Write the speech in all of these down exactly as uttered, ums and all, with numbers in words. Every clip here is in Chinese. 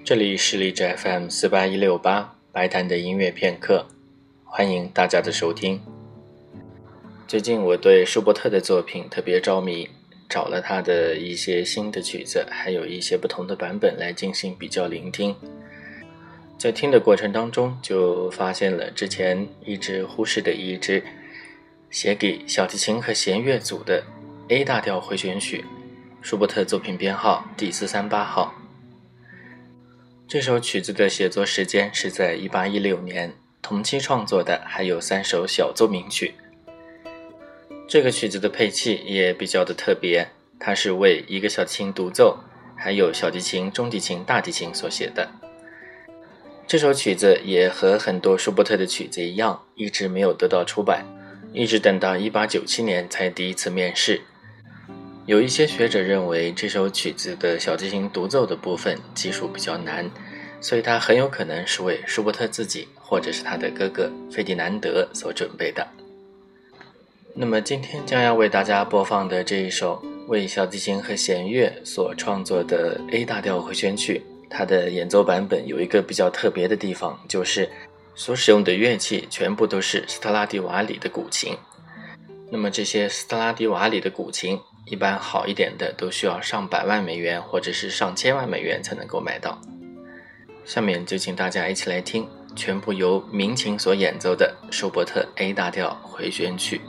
这里是荔枝 F M 四八一六八白谈的音乐片刻，欢迎大家的收听。最近我对舒伯特的作品特别着迷，找了他的一些新的曲子，还有一些不同的版本来进行比较聆听。在听的过程当中，就发现了之前一直忽视的一支写给小提琴和弦乐组的 A 大调回旋曲，舒伯特作品编号第四三八号。这首曲子的写作时间是在一八一六年，同期创作的还有三首小奏鸣曲。这个曲子的配器也比较的特别，它是为一个小提琴独奏，还有小提琴、中提琴、大提琴所写的。这首曲子也和很多舒伯特的曲子一样，一直没有得到出版，一直等到一八九七年才第一次面世。有一些学者认为这首曲子的小提琴独奏的部分技术比较难，所以它很有可能是为舒伯特自己或者是他的哥哥费迪南德所准备的。那么今天将要为大家播放的这一首为小提琴和弦乐所创作的 A 大调回旋曲，它的演奏版本有一个比较特别的地方，就是所使用的乐器全部都是斯特拉迪瓦里的古琴。那么这些斯特拉迪瓦里的古琴一般好一点的都需要上百万美元或者是上千万美元才能够买到。下面就请大家一起来听全部由民琴所演奏的舒伯特 A 大调回旋曲。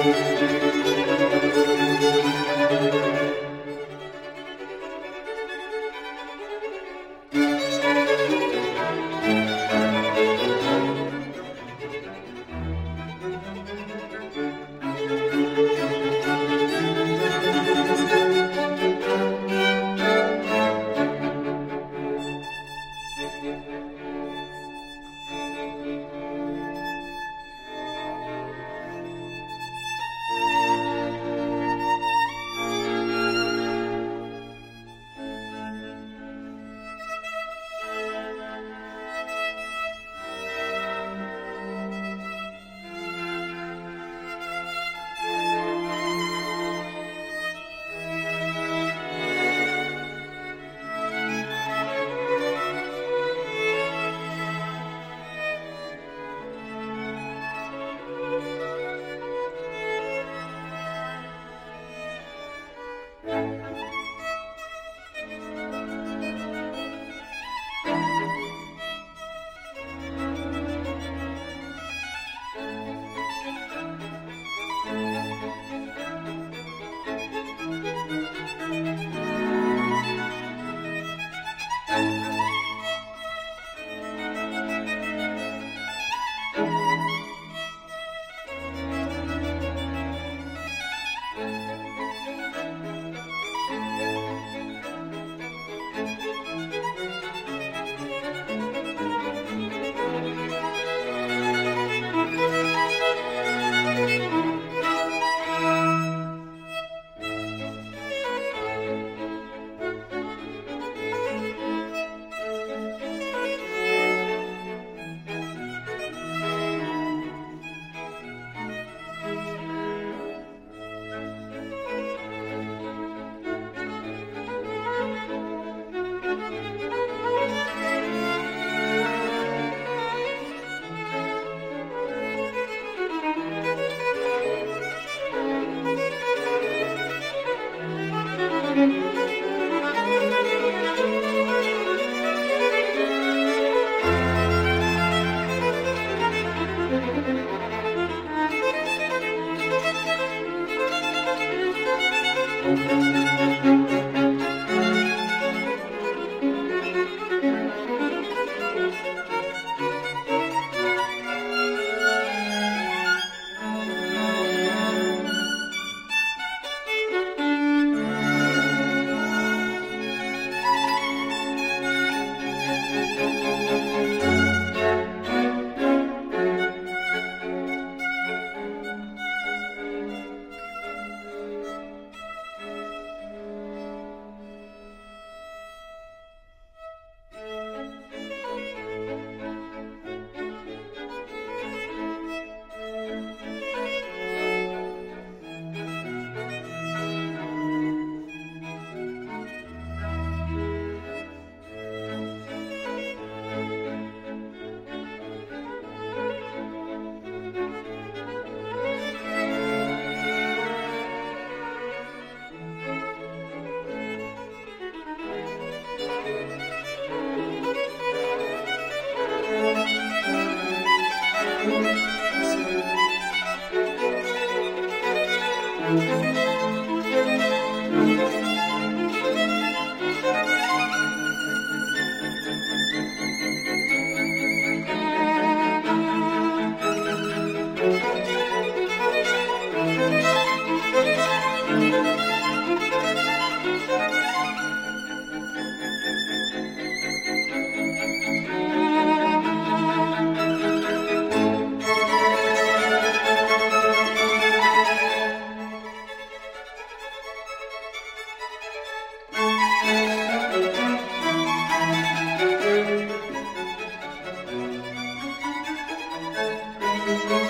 Thank you.